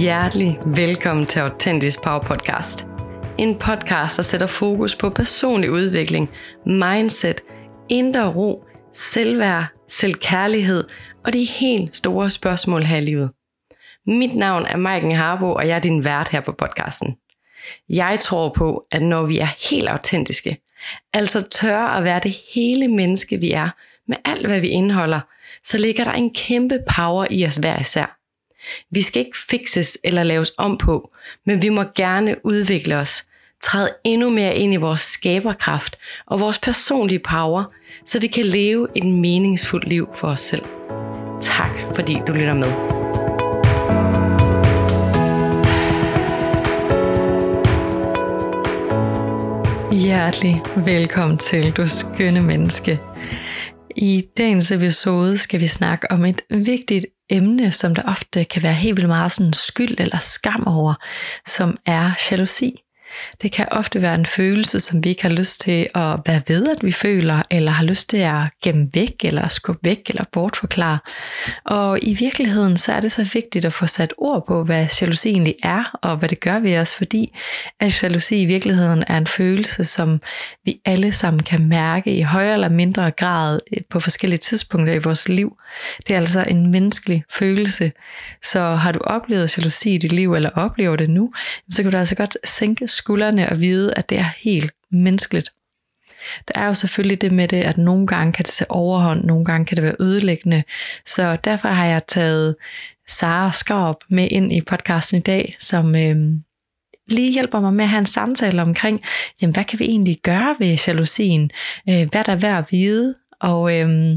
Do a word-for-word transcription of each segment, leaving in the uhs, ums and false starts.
Hjertelig velkommen til Autentisk Power Podcast. En podcast, der sætter fokus på personlig udvikling, mindset, indre ro, selvværd, selvkærlighed og de helt store spørgsmål her i livet. Mit navn er Maiken Harbo, og jeg er din vært her på podcasten. Jeg tror på, at når vi er helt autentiske, altså tør at være det hele menneske vi er, med alt hvad vi indeholder, så ligger der en kæmpe power i os hver især. Vi skal ikke fikses eller laves om på, men vi må gerne udvikle os, træde endnu mere ind i vores skaberkraft og vores personlige power, så vi kan leve et meningsfuldt liv for os selv. Tak fordi du lytter med. Hjertelig velkommen til, du skønne menneske. I dagens episode skal vi snakke om et vigtigt emne, som der ofte kan være helt vildt meget sådan skyld eller skam over, som er jalousi. Det kan ofte være en følelse, som vi ikke har lyst til at være ved, at vi føler, eller har lyst til at gemme væk, eller skubbe væk, eller bortforklare. Og i virkeligheden, så er det så vigtigt at få sat ord på, hvad jalousi egentlig er, og hvad det gør ved os, fordi at jalousi i virkeligheden er en følelse, som vi alle sammen kan mærke i højere eller mindre grad på forskellige tidspunkter i vores liv. Det er altså en menneskelig følelse. Så har du oplevet jalousi i dit liv, eller oplever det nu, så kan du altså godt sænke skuldrene og vide, at det er helt menneskeligt. Der er jo selvfølgelig det med det, at nogle gange kan det tage overhånd, nogle gange kan det være ødelæggende. Så derfor har jeg taget Sara Skaarup med ind i podcasten i dag, som øh, lige hjælper mig med at have en samtale omkring, jamen, hvad kan vi egentlig gøre ved jalousien? Øh, hvad der er værd at vide? Og øh,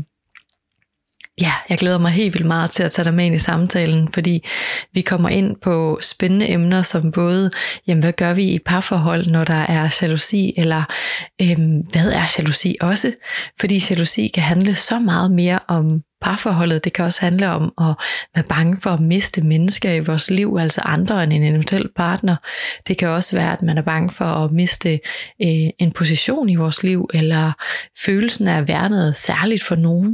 ja, jeg glæder mig helt vildt meget til at tage dig med ind i samtalen, fordi vi kommer ind på spændende emner, som både, jamen, hvad gør vi i parforhold, når der er jalousi, eller øhm, hvad er jalousi også? Fordi jalousi kan handle så meget mere om parforholdet. Det kan også handle om at være bange for at miste mennesker i vores liv, altså andre end en eventuel partner. Det kan også være, at man er bange for at miste øh, en position i vores liv, eller følelsen af at være noget særligt for nogen.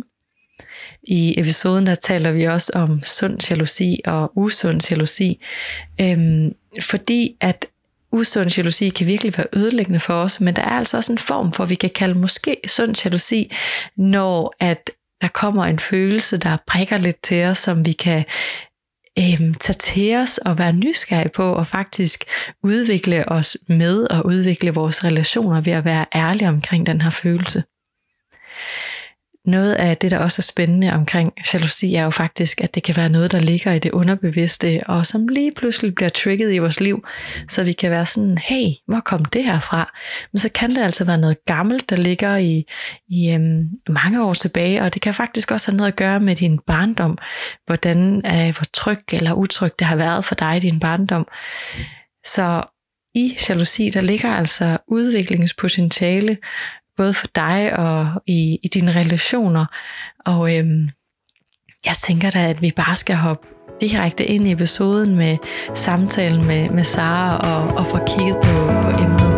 I episoden der taler vi også om sund jalousi og usund jalousi, øhm, fordi at usund jalousi kan virkelig være ødelæggende for os, men der er altså også en form for, vi kan kalde måske sund jalousi, når at der kommer en følelse, der prikker lidt til os, som vi kan øhm, tage til os og være nysgerrige på, og faktisk udvikle os med og udvikle vores relationer ved at være ærlige omkring den her følelse. Noget af det, der også er spændende omkring jalousi, er jo faktisk, at det kan være noget, der ligger i det underbevidste, og som lige pludselig bliver trigget i vores liv, så vi kan være sådan, hey, hvor kom det her fra? Men så kan det altså være noget gammelt, der ligger i, i øhm, mange år tilbage, og det kan faktisk også have noget at gøre med din barndom, hvordan, øh, hvor tryg eller utryg det har været for dig i din barndom. Så i jalousi, der ligger altså udviklingspotentiale, både for dig og i, i dine relationer. Og øhm, jeg tænker da, at vi bare skal hoppe direkte ind i episoden med samtalen med, med Sara og, og få kigget på, på emnet.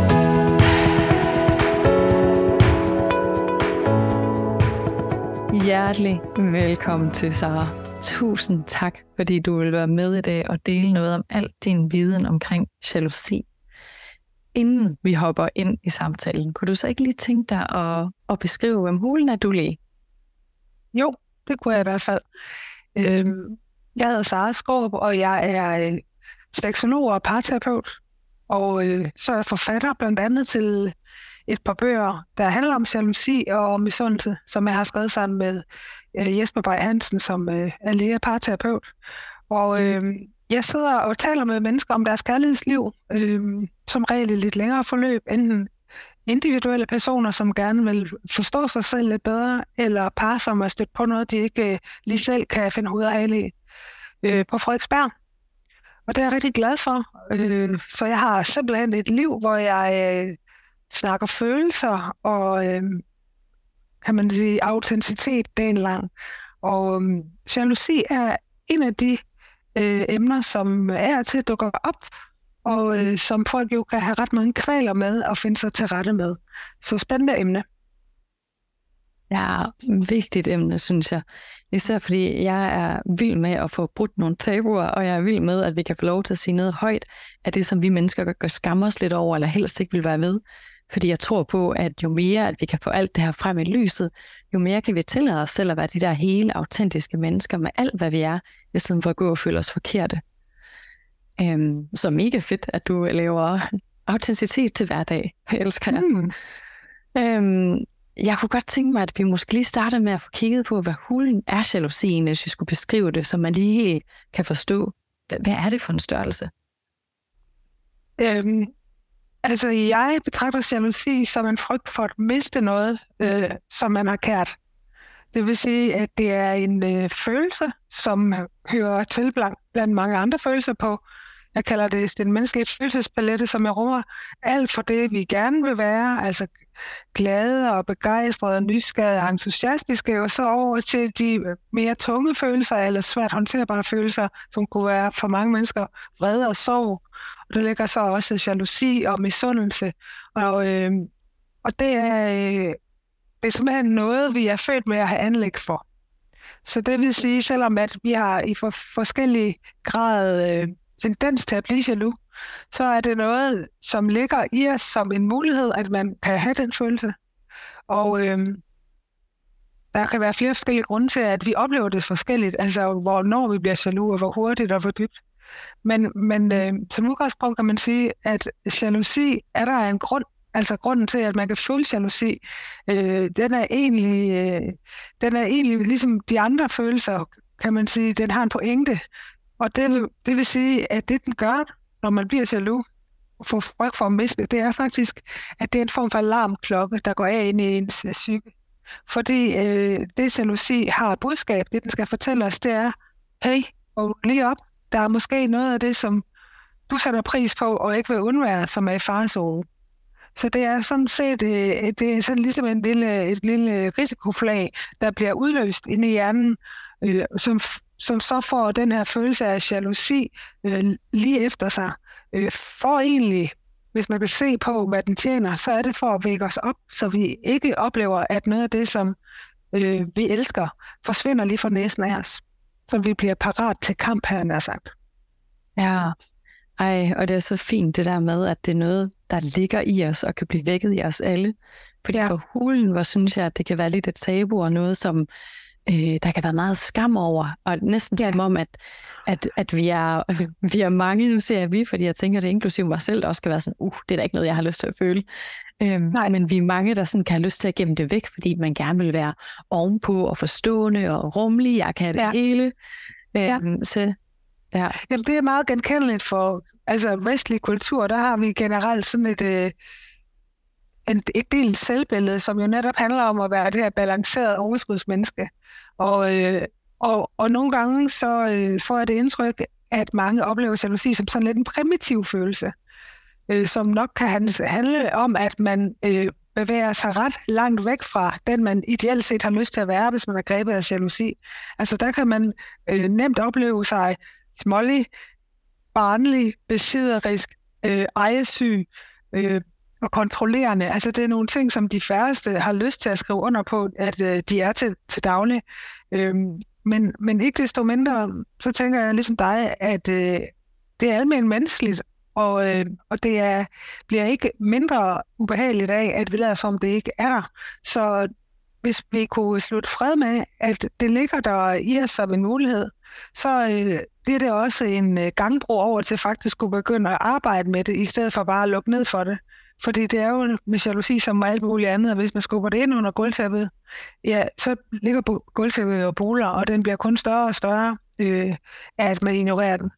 Hjertelig velkommen til, Sara. Tusind tak, fordi du vil være med i dag og dele noget om al din viden omkring jalousi. Inden vi hopper ind i samtalen, kunne du så ikke lige tænke dig at, at beskrive, hvem hulen er du lige? Jo, det kunne jeg i hvert fald. Øhm, jeg hedder Sara Skaarup, og jeg er seksolog og parterapeut. Og øh, så er jeg forfatter blandt andet til et par bøger, der handler om jalousi og misundelse, som jeg har skrevet sammen med øh, Jesper Bay Hansen, som øh, er læge og parterapeut. Og øh, jeg sidder og taler med mennesker om deres kærlighedsliv, øh, som regel i lidt længere forløb, enten individuelle personer, som gerne vil forstå sig selv lidt bedre, eller par, som er stødt på noget, de ikke øh, lige selv kan finde ud af øh, på Frederiksberg. Og det er jeg rigtig glad for, øh, for jeg har simpelthen et liv, hvor jeg øh, snakker følelser og øh, kan man sige autenticitet dagen lang. Og øh, jalousi er en af de øh, emner, som er til at dukke op, og øh, som folk jo kan have ret mange kvaler med og finde sig til rette med. Så spændende emne. Ja, vigtigt emne, synes jeg. Især fordi jeg er vild med at få brudt nogle tabuer, og jeg er vild med, at vi kan få lov til at sige noget højt af det, som vi mennesker gør skammer os lidt over, eller helst ikke vil være ved. Fordi jeg tror på, at jo mere at vi kan få alt det her frem i lyset, jo mere kan vi tillade os selv at være de der hele autentiske mennesker med alt, hvad vi er, i stedet for at gå og føle os forkerte. Øhm, så mega fedt, at du laver autenticitet til hverdag. Jeg elsker jeg. Mm. Øhm, jeg kunne godt tænke mig, at vi måske lige starter med at få kigget på, hvad hulen er jalousien, hvis vi skulle beskrive det, så man lige kan forstå, hvad er det for en størrelse? Øhm, altså, jeg betragter jalousi som en frygt for at miste noget, øh, som man har kært. Det vil sige, at det er en øh, følelse, som hører til blandt, blandt mange andre følelser på. Jeg kalder det den menneskelige følelsespalette, som jeg rummer alt for det, vi gerne vil være, altså glade og begejstrede og nysgerrige og entusiastiske, og så over til de mere tunge følelser, eller svært håndterbare følelser, som kunne være for mange mennesker vrede og sorg. Og der ligger så også jalousi og misundelse. Og, øh, og det er, øh, det er simpelthen noget, vi er født med at have anlæg for. Så det vil sige, selvom at vi har i for, forskellige grad øh, tendens til at blive jaloux, så er det noget, som ligger i os som en mulighed, at man kan have den følelse. Og øh, der kan være flere forskellige grunde til, at vi oplever det forskelligt, altså hvornår vi bliver jaloux, og hvor hurtigt og hvor dybt. Men, men øh, som udgangspunkt kan man sige, at jalousi er der en grund, altså grunden til, at man kan føle jalousi, øh, den er egentlig, øh, den er egentlig ligesom de andre følelser, kan man sige, den har en pointe. Og det, det vil sige, at det den gør, når man bliver jaloux, for frygt for at miste, det er faktisk, at det er en form for alarmklokke, der går af ind i ens psyke. Fordi øh, det jalousi har et budskab, det den skal fortælle os, det er, hey, og lige op, der er måske noget af det, som du sætter pris på, og ikke vil undvære, som er i farezone. Så det er sådan set øh, det er sådan ligesom en lille, et lille risikoflag, der bliver udløst inde i hjernen, øh, som, som så får den her følelse af jalousi øh, lige efter sig. Øh, for egentlig, hvis man kan se på, hvad den tjener, så er det for at vække os op, så vi ikke oplever, at noget af det, som øh, vi elsker, forsvinder lige fra næsen af os. Så vi bliver parat til kamp, her nær sagt. Ja, ej, og det er så fint det der med, at det er noget, der ligger i os og kan blive vækket i os alle. Fordi ja. For hulen, hvor synes jeg, at det kan være lidt et tabu og noget, som øh, der kan være meget skam over. Og næsten ja. Som om, at, at, at vi, er, vi er mange, nu ser jeg vi, fordi jeg tænker, det er inklusive mig selv, der også skal være sådan, uh, det er da ikke noget, jeg har lyst til at føle. Øhm, Nej. Men vi er mange, der sådan kan have lyst til at gemme det væk, fordi man gerne vil være ovenpå og forstående og rummelig. Jeg kan det ja. Hele. Øhm, ja. Så, ja. Jamen, det er meget genkendeligt for altså, vestlig kultur. Der har vi generelt sådan et, øh, en, et del selvbillede, som jo netop handler om at være det her balancerede overskudsmenneske. Og, øh, og, og nogle gange så øh, får jeg det indtryk, at mange oplever jalousi som sådan lidt en primitiv følelse, øh, som nok kan handle om, at man øh, bevæger sig ret langt væk fra den, man ideelt set har lyst til at være, hvis man er grebet af jalousi. Altså der kan man øh, nemt opleve sig smålig, barnlig, besidderisk, øh, ejesyg øh, og kontrollerende. Altså det er nogle ting, som de færreste har lyst til at skrive under på, at øh, de er til, til daglig. Øh, men, men ikke desto mindre, så tænker jeg ligesom dig, at øh, det er almen menneskeligt, og, øh, og det er, bliver ikke mindre ubehageligt af, at vi lader som det ikke er. Så hvis vi kunne slutte fred med, at det ligger der i os som en mulighed, så øh, bliver det også en øh, gangbro over til faktisk kunne begynde at arbejde med det, i stedet for bare at lukke ned for det. Fordi det er jo med jalousi som alt muligt andet, og hvis man skubber det ind under gulvtæppet, ja, så ligger gulvtæppet og buler, og den bliver kun større og større, øh, at man ignorerer den.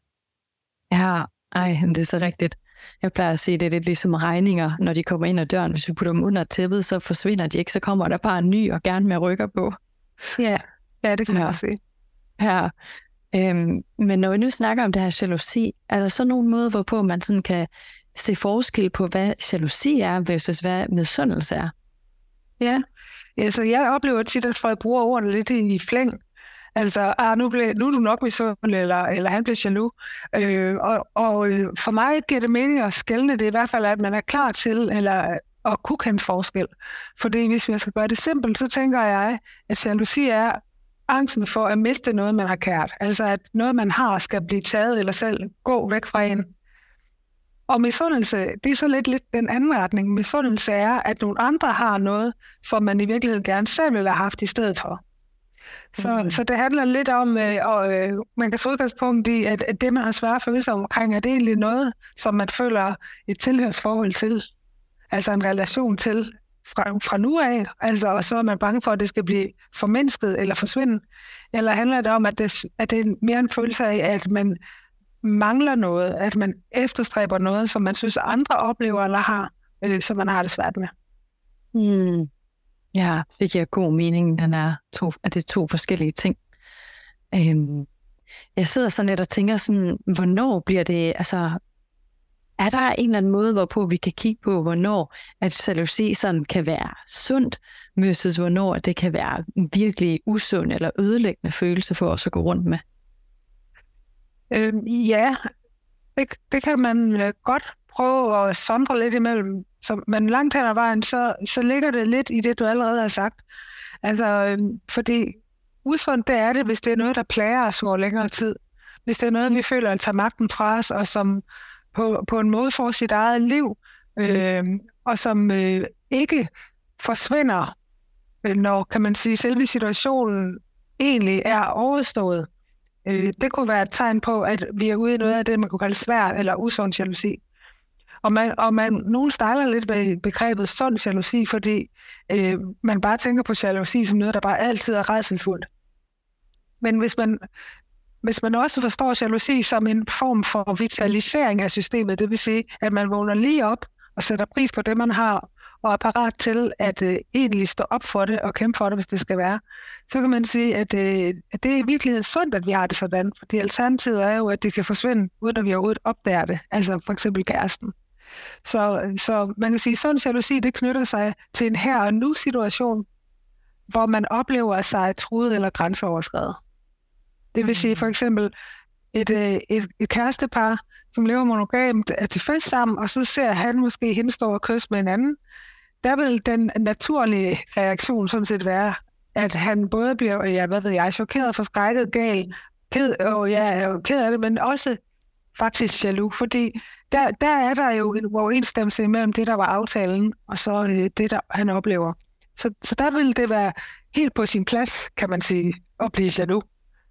Ja, ej, det er så rigtigt. Jeg plejer at sige, det er lidt ligesom regninger, når de kommer ind ad døren. Hvis vi putter dem under tæppet, så forsvinder de ikke, så kommer der bare en ny og gerne med rykker på. Ja, ja det kan man ja. Se. Ja, øhm, men når vi nu snakker om det her jalousi, er der så nogen måde, hvorpå man sådan kan se forskel på, hvad jalousi er, versus hvad misundelse er? Ja, altså jeg oplever tit, at folk bruger ordene lidt i flæng. Altså, ah, nu, blev, nu er du nok misundelig, eller, eller han bliver jaloux. Øh, og og for mig giver det mening at skelne det i hvert fald, at man er klar til eller at kunne kende forskel. Fordi hvis jeg skal gøre det simpelt, så tænker jeg, at jalousi er, angsten for at miste noget, man har kært. Altså at noget, man har, skal blive taget eller selv gå væk fra en. Og misundelse, det er så lidt, lidt den anden retning. Misundelse er, at nogle andre har noget, som man i virkeligheden gerne selv ville have haft i stedet for. Så, mm. så det handler lidt om, øh, og øh, man kan tage udgangspunkt i, at, at det, man har svære følelser omkring, er det egentlig noget, som man føler et tilhørsforhold til. Altså en relation til fra, fra nu af. Altså, og så er man bange for, at det skal blive formindsket eller forsvinde. Eller handler det om, at det, at det er mere en følelse af, at man mangler noget, at man efterstræber noget, som man synes, andre oplever eller har, øh, som man har det svært med. Mm. Ja, det giver god mening, den er to, at det er to forskellige ting. Øhm, jeg sidder sådan lidt og tænker sådan, hvornår bliver det, altså, er der en eller anden måde, hvorpå vi kan kigge på, hvornår at jalousi sådan kan være sundt, versus hvornår det kan være virkelig usund eller ødelæggende følelse for os at gå rundt med? Øhm, ja, det, det kan man uh, godt prøve at sondre lidt imellem. Så, men langt hen ad vejen, så, så ligger det lidt i det, du allerede har sagt. Altså, øhm, fordi usundt det er det, hvis det er noget, der plager os over længere tid. Hvis det er noget, vi føler, at tager magten fra os, og som på, på en måde får sit eget liv, øh, og som øh, ikke forsvinder, når, kan man sige, selve situationen egentlig er overstået. Øh, det kunne være et tegn på, at vi er ude i noget af det, man kunne kalde svær eller usund jalousi. Og man, og man, nogen stejler lidt ved begrebet sund jalousi, fordi øh, man bare tænker på jalousi som noget, der bare altid er rædselsfuldt. Men hvis man, hvis man også forstår jalousi som en form for vitalisering af systemet, det vil sige, at man vågner lige op og sætter pris på det, man har, og er parat til at øh, egentlig stå op for det og kæmpe for det, hvis det skal være, så kan man sige, at, øh, at det er i virkeligheden sundt, at vi har det sådan. Fordi alternativet er jo, at det kan forsvinde, uden at vi overhovedet opdager det. Altså for eksempel kæresten. Så, så man kan sige, at sund jalousi, det knytter sig til en her og nu situation, hvor man oplever sig truet eller grænseoverskredet. Det vil sige for eksempel et, et, et kærestepar, som lever monogamt, er til fest sammen, og så ser han måske hende stå og kysse med en anden. Der vil den naturlige reaktion sådan set være, at han både bliver, ja, hvad ved jeg, chokeret, forskrækket, gal, ked, og ja, er ked af det, men også faktisk jaloux, fordi der, der er der jo en uoverensstemmelse mellem det, der var aftalen, og så det, der han oplever. Så, så der vil det være helt på sin plads, kan man sige, at blive jaloux.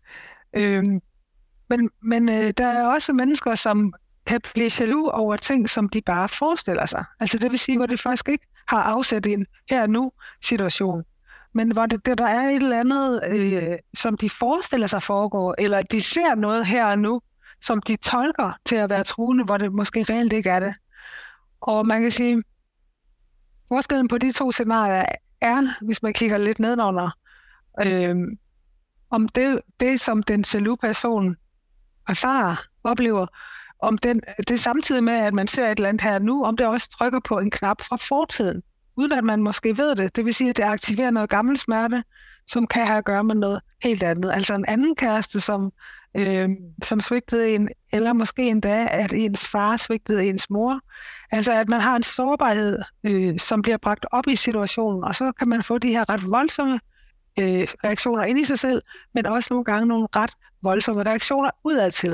Øhm, men men øh, der er også mennesker, som kan blive jaloux over ting, som de bare forestiller sig. Altså det vil sige, hvor det faktisk ikke har afsat i en her-nu-situation, men hvor det, det, der er et eller andet, øh, som de forestiller sig foregår, eller de ser noget her og nu, som de tolker til at være truende, hvor det måske reelt ikke er det. Og man kan sige, forskellen på de to scenarier er, hvis man kigger lidt nedenunder, øh, om det, det, som den jaloux person erfarer, oplever, om den, det er samtidig med, at man ser et eller andet her nu, om det også trykker på en knap fra fortiden, uden at man måske ved det. Det vil sige, at det aktiverer noget gammel smerte, som kan have at gøre med noget helt andet. Altså en anden kæreste, som, øh, som svigtede en, eller måske endda, at ens far svigtede ens mor. Altså at man har en sårbarhed, øh, som bliver bragt op i situationen, og så kan man få de her ret voldsomme øh, reaktioner ind i sig selv, men også nogle gange nogle ret voldsomme reaktioner udadtil.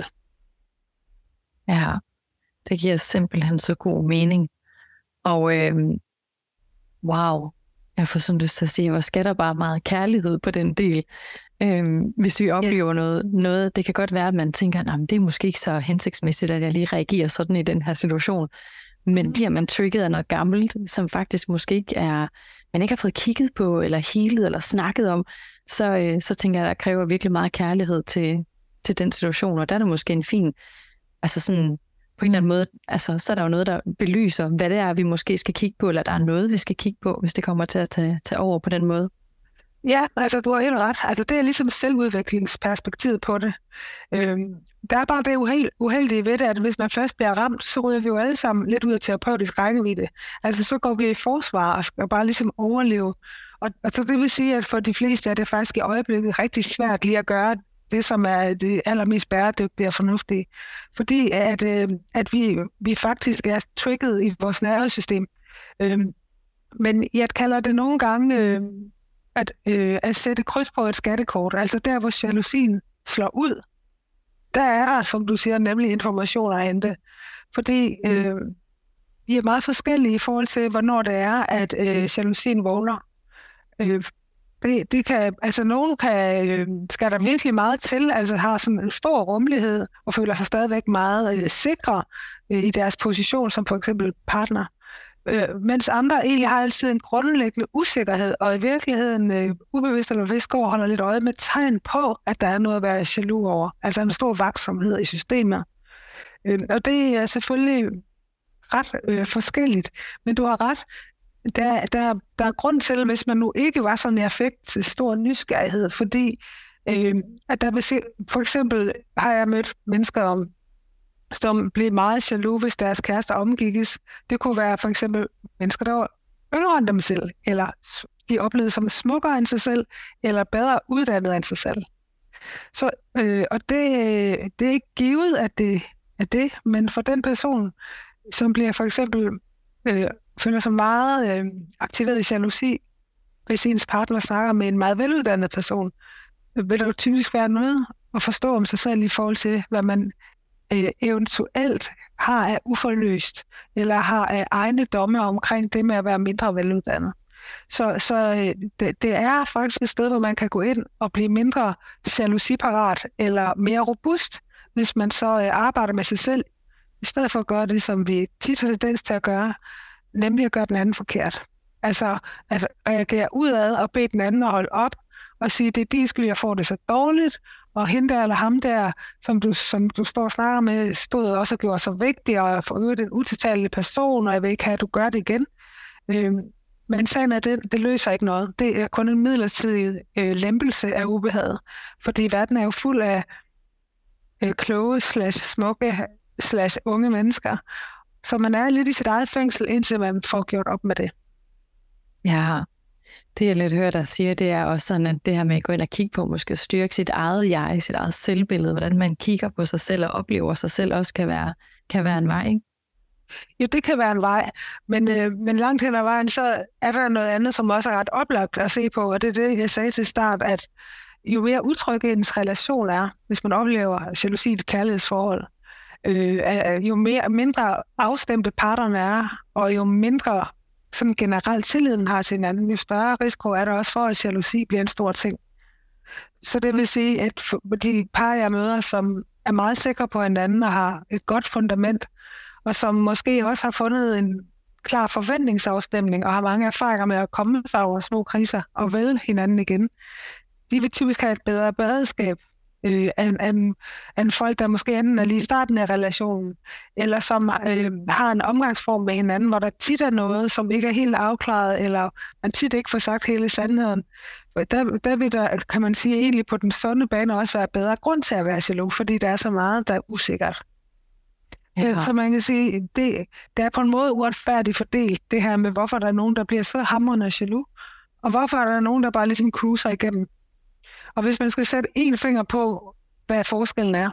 Ja, det giver simpelthen så god mening. Og øh, wow, jeg får sådan lyst til at sige, hvor skal der bare meget kærlighed på den del. Øh, hvis vi oplever yeah. noget, noget, det kan godt være, at man tænker, nej, det er måske ikke så hensigtsmæssigt, at jeg lige reagerer sådan i den her situation. Men bliver man trigget af noget gammelt, som faktisk måske ikke er, man ikke har fået kigget på, eller healet, eller snakket om, så, øh, så tænker jeg, at der kræver virkelig meget kærlighed til, til den situation, og der er det måske en fin, altså sådan, på en eller anden måde, altså, så er der jo noget, der belyser, hvad det er, vi måske skal kigge på, eller der er noget, vi skal kigge på, hvis det kommer til at tage, tage over på den måde. Ja, altså du har helt ret. Altså det er ligesom selvudviklingsperspektivet på det. Øhm, der er bare det uheld, uheldige ved det, at hvis man først bliver ramt, så ryger vi jo alle sammen lidt ud af terapeutisk rækkevidde. Altså så går vi i forsvar og skal bare ligesom overleve. Og, og det vil sige, at for de fleste er det faktisk i øjeblikket rigtig svært lige at gøre det, som er det allermest bæredygtige og fornuftige. Fordi at, øh, at vi, vi faktisk er trigget i vores nervesystem. Øhm, men jeg kalder det nogle gange... Øh, at, øh, at sætte kryds på et skattekort, altså der, hvor jalousien slår ud, der er der, som du siger, nemlig informationer at hente. Fordi øh, vi er meget forskellige i forhold til, hvornår det er, at øh, jalousien vågner. Øh, det, det kan, altså nogen kan, øh, skal der virkelig meget til, altså har sådan en stor rummelighed og føler sig stadigvæk meget øh, sikre øh, i deres position som for eksempel partner. Øh, mens andre egentlig har altid en grundlæggende usikkerhed, og i virkeligheden øh, ubevidst eller bevidst går holder lidt øje med tegn på, at der er noget at være jaloux over. Altså en stor vaksomhed i systemet. Øh, og det er selvfølgelig ret øh, forskelligt, men du har ret. Der, der, der er grund til, hvis man nu ikke var sådan i affekt til stor nysgerrighed, fordi øh, at der vil se, for eksempel har jeg mødt mennesker om, som blev meget jaloux, hvis deres kærester omgikkes. Det kunne være for eksempel mennesker, der var yngre end dem selv, eller de oplevede som smukkere end sig selv, eller bedre uddannet end sig selv. Så, øh, og det, det er ikke givet, at det er det, men for den person, som bliver for eksempel øh, føler sig meget øh, aktiveret i jalousi, hvis ens partner snakker med en meget veluddannet person, vil der jo typisk være noget at forstå om sig selv i forhold til, hvad man øh, eventuelt har af uforløst, eller har af egne domme omkring det med at være mindre veluddannet. Så, så øh, det, det er faktisk et sted, hvor man kan gå ind og blive mindre jalousiparat, eller mere robust, hvis man så øh, arbejder med sig selv, i stedet for at gøre det, som vi tit har tendens til at gøre, nemlig at gøre den anden forkert. Altså at reagere udad og bede den anden at holde op og sige, det er din skyld, jeg får det så dårligt, og hende der eller ham der, som du, som du står og snakker med, stod også og gjorde så vigtig, og for øvrigt en utiltalelig person, og jeg vil ikke have, at du gør det igen. Øhm, men sagen er, det, det løser ikke noget. Det er kun en midlertidig øh, lempelse af ubehaget, fordi verden er jo fuld af øh, kloge, slash smukke, slash unge mennesker, så man er lidt i sit eget fængsel, indtil man får gjort op med det. Ja, det jeg lidt hører dig sige, det er også sådan, at det her med at gå ind og kigge på, måske styrke sit eget jeg, sit eget selvbillede, hvordan man kigger på sig selv og oplever sig selv, også kan være, kan være en vej, ikke? Jo, det kan være en vej, men, øh, men langt hen ad vejen, så er der noget andet, som også er ret oplagt at se på, og det er det, jeg sagde til start, at jo mere utryg ens relation er, hvis man oplever jalousi i et kærlighedsforhold, øh, jo mere, mindre afstemte parterne er, og jo mindre sådan generelt tilliden har til hinanden, jo større risiko er der også for, at jalousi bliver en stor ting. Så det vil sige, at de par, jeg møder, som er meget sikre på hinanden og har et godt fundament, og som måske også har fundet en klar forventningsafstemning og har mange erfaringer med at komme sig over små kriser og vælge hinanden igen, de vil typisk have et bedre beredskab øh, end, end, end folk, der måske enten er lige i starten af relationen, eller som øh, har en omgangsform med hinanden, hvor der tit er noget, som ikke er helt afklaret, eller man tit ikke får sagt hele sandheden. Der, der vil der, kan man sige, egentlig på den sunde bane også være bedre grund til at være jaloux, fordi der er så meget, der er usikkert. Ja. Så man kan sige, det, det er på en måde uretfærdigt fordelt, det her med, hvorfor der er nogen, der bliver så hamrende jaloux, og hvorfor er der nogen, der bare ligesom cruiser igennem. Og hvis man skal sætte en finger på, hvad forskellen er,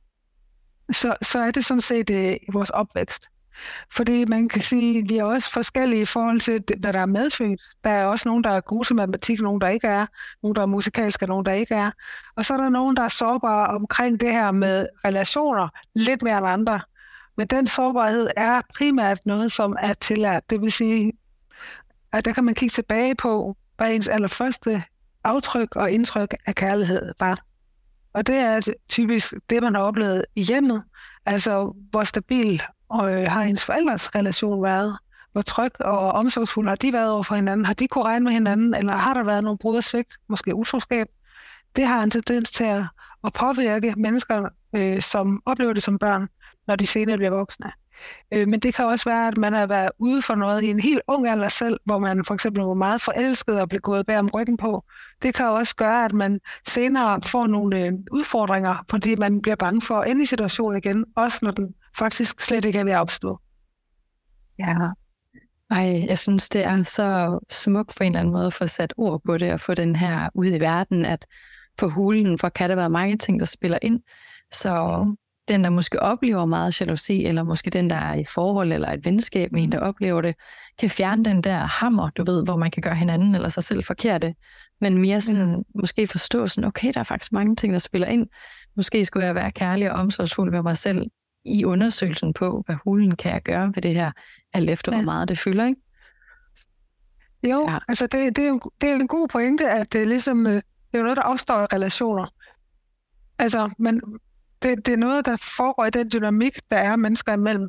så, så er det sådan set i vores opvækst. Fordi man kan sige, at vi er også forskellige i forhold til, hvad der er medfødt. Der er også nogen, der er gode til matematik, nogen, der ikke er. Nogen, der er musikalske, nogen, der ikke er. Og så er der nogen, der er sårbare omkring det her med relationer, lidt mere end andre. Men den sårbarhed er primært noget, som er tillært. Det vil sige, at der kan man kigge tilbage på, hvad ens allerførste aftryk og indtryk af kærlighed var. Og det er typisk det, man har oplevet i hjemmet. Altså, hvor stabil og, øh, har ens forældres relation været? Hvor tryg og omsorgsfuld har de været over for hinanden? Har de kunne regne med hinanden? Eller har der været nogle brud og svigt? Måske utroskab? Det har en tendens til at, at påvirke mennesker, øh, som oplever det som børn, når de senere bliver voksne. Øh, men det kan også være, at man har været ude for noget i en helt ung alder selv, hvor man for eksempel var meget forelsket og blev gået bag om ryggen på. Det kan også gøre, at man senere får nogle øh, udfordringer, fordi man bliver bange for at ende i situationen igen, også når den faktisk slet ikke er ved at opstå. Ja. Ej, jeg synes, det er så smukt på en eller anden måde at få sat ord på det og få den her ud i verden, at for hulen, for kan der være mange ting, der spiller ind. Så den, der måske oplever meget jalousi, eller måske den, der er i forhold eller et venskab med en, der oplever det, kan fjerne den der hammer, du ved, hvor man kan gøre hinanden eller sig selv forkerte, men mere sådan, mm. måske forstå sådan, okay, der er faktisk mange ting, der spiller ind. Måske skulle jeg være kærlig og omsorgsfuld med mig selv i undersøgelsen på, hvad hulen kan jeg gøre ved det her, alt efter ja. hvor meget det fylder, ikke? Jo, ja. altså det, det, er, det er en god pointe, at det, ligesom, det er noget, der opstår i relationer. Altså, men det, det er noget, der foregår i den dynamik, der er mennesker imellem.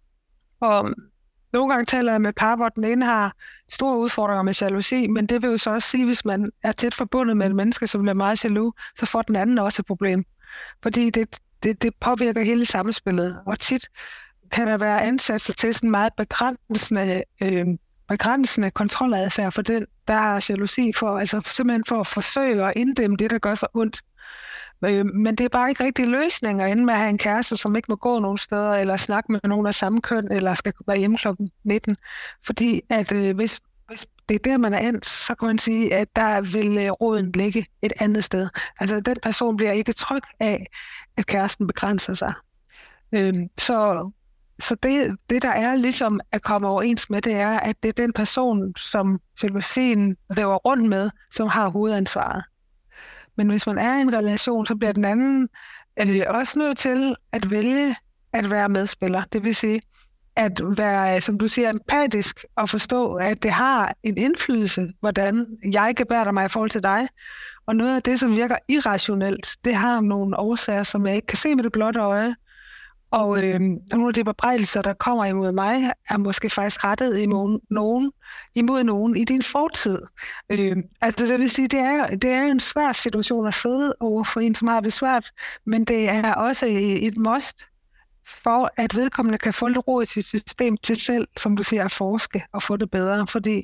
Og nogle gange taler jeg med par, hvor den ene har store udfordringer med jalousi, men det vil jo så også sige, hvis man er tæt forbundet med et menneske, som bliver meget jaloux, så får den anden også et problem. Fordi det, det, det påvirker hele samspillet. Og tit kan der være ansatser til sådan meget begrænsende, øh, begrænsende kontroladfærd for den, der har jalousi for, altså simpelthen for at forsøge at inddæmme det, der gør så ondt. Men det er bare ikke rigtig løsning at ende med at have en kæreste, som ikke må gå nogen steder, eller snakke med nogen af samme køn, eller skal være hjemme klokken nitten. Fordi at øh, hvis, hvis det er der, man er endt, så kan man sige, at der vil øh, roden ligge et andet sted. Altså den person bliver ikke tryg af, at kæresten begrænser sig. Øhm, så så det, det, der er ligesom at komme overens med, det er, at det er den person, som filosofien river rundt med, som har hovedansvaret. Men hvis man er i en relation, så bliver den anden øh, også nødt til at vælge at være medspiller. Det vil sige, at være, som du siger, empatisk og forstå, at det har en indflydelse, hvordan jeg gebærder mig i forhold til dig. Og noget af det, som virker irrationelt, det har nogle årsager, som jeg ikke kan se med det blotte øje. Og øh, nogle af de bebrejdelser, der kommer imod mig, er måske faktisk rettet imod nogen, imod nogen i din fortid. Øh, altså det vil sige, det er, det er en svær situation at føde over for en, som har det svært, men det er også et must for, at vedkommende kan få lidt ro i sit system til selv, som du siger, at forske og få det bedre. Fordi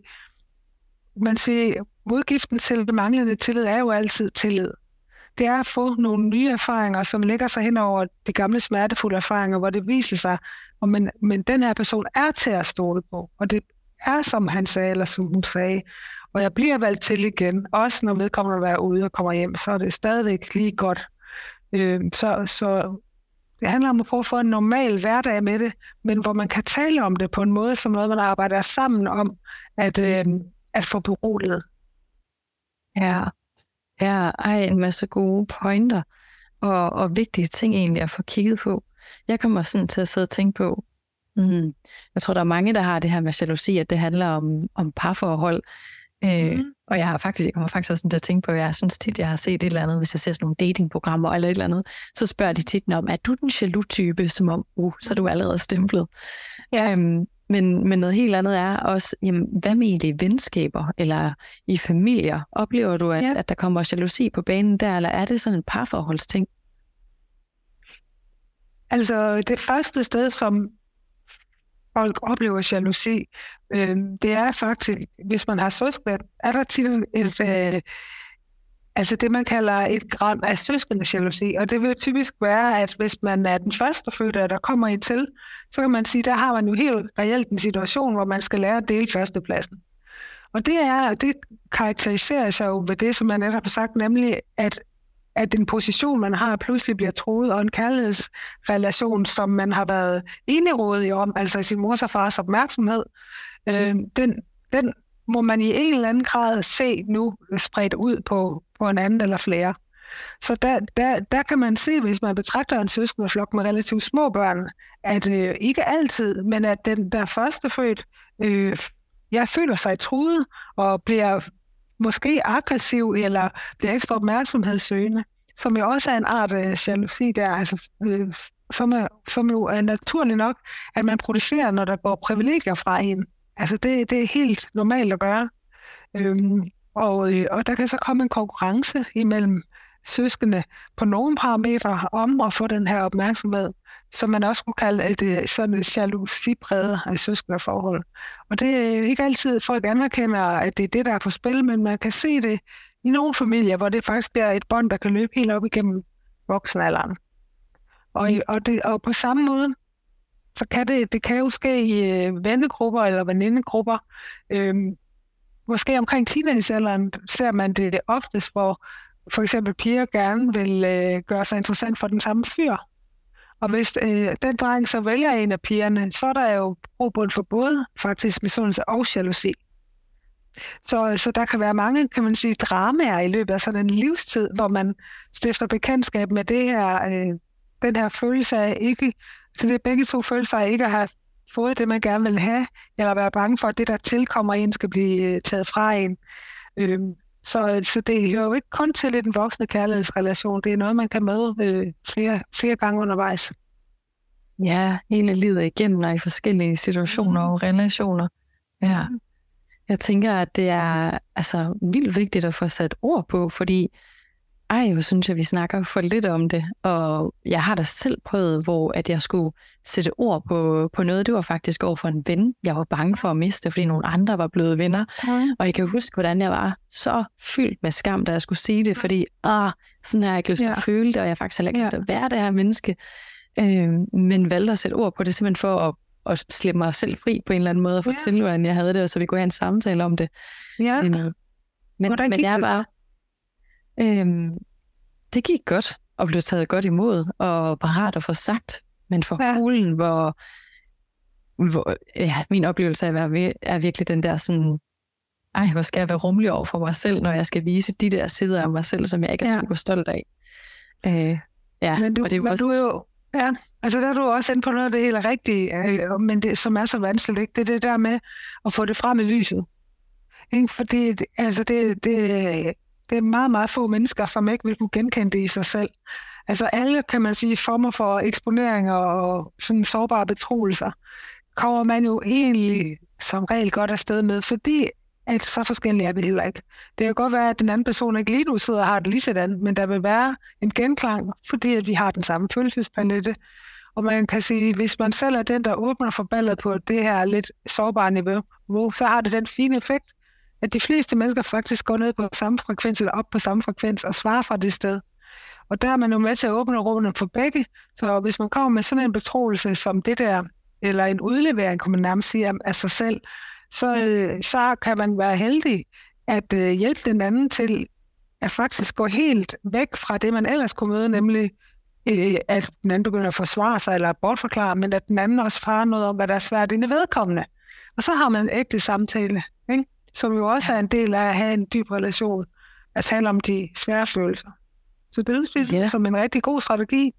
man siger, modgiften til det manglende tillid er jo altid tillid. Det er at få nogle nye erfaringer, som lægger sig hen over de gamle smertefulde erfaringer, hvor det viser sig, at men, men den her person er til at stole på, og det er, som han sagde, eller som hun sagde, og jeg bliver valgt til igen, også når vedkommende er ude og kommer hjem, så er det stadigvæk lige godt. Øh, så, så det handler om at prøve at få en normal hverdag med det, men hvor man kan tale om det på en måde, som noget, man arbejder sammen om, at, øh, at få beroliget. Ja. Ja, ej, en masse gode pointer og, og vigtige ting egentlig at få kigget på. Jeg kommer sådan til at sidde og tænke på, mm, jeg tror, der er mange, der har det her med jalousi, at det handler om, om parforhold. Mm. Øh, og jeg har faktisk, jeg kommer faktisk også sådan til at tænke på, at jeg synes tit, jeg har set et eller andet, hvis jeg ser sådan nogle datingprogrammer eller et eller andet, så spørger de tit om, er du den jaloux-type, som om, uh, så er du allerede stemplet. Ja. Øhm, Men, men noget helt andet er også, jamen, hvad med i de venskaber eller i familier? Oplever du, at, ja. at der kommer jalousi på banen der, eller er det sådan en parforholdsting? Altså det første sted, som folk oplever jalousi, øh, det er faktisk, hvis man har søskende, er der tit et, øh, altså det, man kalder et gram af søskende jalousi, og det vil typisk være, at hvis man er den første fødte, der kommer i til, så kan man sige, der har man jo helt reelt en situation, hvor man skal lære at dele førstepladsen. Og det er, det karakteriserer sig jo ved det, som man netop har sagt, nemlig at, at den position, man har, pludselig bliver troet, og en kærlighedsrelation, som man har været enerådig om, altså sin mors og fars opmærksomhed, øh, den, den må man i en eller anden grad se nu spredt ud på, på en anden eller flere. Så der, der, der kan man se, hvis man betragter en søskendeflok med relativt små børn, at øh, ikke altid, men at den der første født, øh, jeg føler sig truet og bliver måske aggressiv eller bliver ekstra opmærksomhedssøgende, som jo også er en art af jalousi der, altså, øh, som, er, som jo er naturligt nok, at man producerer, når der går privilegier fra en. Altså det, det er helt normalt at gøre. Øhm, og, og der kan så komme en konkurrence imellem søskende på nogle parametre om at få den her opmærksomhed, som man også kunne kalde et sådan et jalousipræget af søskendeforhold. Og det er ikke altid, folk anerkender, at det er det, der er på spil, men man kan se det i nogle familier, hvor det faktisk er et bånd, der kan løbe helt op igennem voksenalderen. Og, og, det, og på samme måde, så kan det, det kan jo ske i øh, vennegrupper eller venindegrupper. Øhm, måske omkring teenagealderen ser man det oftest, hvor for eksempel piger gerne vil øh, gøre sig interessant for den samme fyr. Og hvis øh, den dreng så vælger en af pigerne, så er der jo grobund for både faktisk misundelse og jalousi. Så, så der kan være mange, kan man sige, dramaer i løbet af sådan en livstid, hvor man stifter bekendtskab med det her, øh, den her følelse af ikke, så det er begge to følelser af ikke at have fået det, man gerne vil have, eller være bange for, at det, der tilkommer en, skal blive øh, taget fra en. Øh, så, så det hører jo ikke kun til i den voksne kærlighedsrelation, det er noget, man kan møde øh, flere, flere gange undervejs. Ja, hele livet igennem og i forskellige situationer og relationer. Ja. Jeg tænker, at det er altså vildt vigtigt at få sat ord på, fordi ej, hvor synes jeg, vi snakker for lidt om det. Og jeg har da selv prøvet, hvor at jeg skulle sætte ord på, på noget. Det var faktisk over for en ven, jeg var bange for at miste, fordi nogle andre var blevet venner. Mm. Og jeg kan huske, hvordan jeg var så fyldt med skam, da jeg skulle sige det, fordi ah, sådan har jeg ikke lyst til ja. at føle det, og jeg har faktisk heller ikke ja. lyst til at være det her menneske. Øh, men valgte at sætte ord på det, simpelthen for at, at slippe mig selv fri på en eller anden måde, og fortælle, ja. hvordan jeg havde det, og så vi kunne have en samtale om det. Ja. Øh, men men jeg bare... Øhm, det gik godt, og blev taget godt imod, og parat at få sagt, men for ja. hulen, hvor, hvor ja, min oplevelse af at være er virkelig den der sådan, ej, hvor skal jeg være rummelig over for mig selv, når jeg skal vise de der sider af mig selv, som jeg ikke er ja. super stolt af. Øh, ja, men du, og det er men også... du er jo, ja, altså der er du også inde på noget af det helt rigtige, øh, men det, som er så vanskeligt, ikke? Det er det der med at få det frem i lyset. Ikke? Fordi altså det, det Det er meget, meget få mennesker, som ikke vil kunne genkende det i sig selv. Altså alle, kan man sige, former for eksponeringer og sådan sårbare betroelser, kommer man jo egentlig som regel godt afsted med, fordi at så forskellige er vi heller ikke. Det kan godt være, at den anden person ikke lige nu sidder og har det lige sådan, men der vil være en genklang, fordi at vi har den samme følelsespalette. Og man kan sige, hvis man selv er den, der åbner for ballet på det her lidt sårbare niveau, så har det den fine effekt, at de fleste mennesker faktisk går ned på samme frekvens eller op på samme frekvens og svarer fra det sted. Og der er man jo med til at åbne rummene for begge. Så hvis man kommer med sådan en betroelse som det der, eller en udlevering, kan man nærmest sige, af sig selv, så, så kan man være heldig at hjælpe den anden til at faktisk gå helt væk fra det, man ellers kunne møde, nemlig at den anden begynder at forsvare sig eller bortforklare, men at den anden også farer noget om, hvad der er svært inde i vedkommende. Og så har man en ægte samtale, ikke? Som jo også er en del af at have en dyb relation, at tale om de svære følelser. Så det er yeah. som en rigtig god strategi.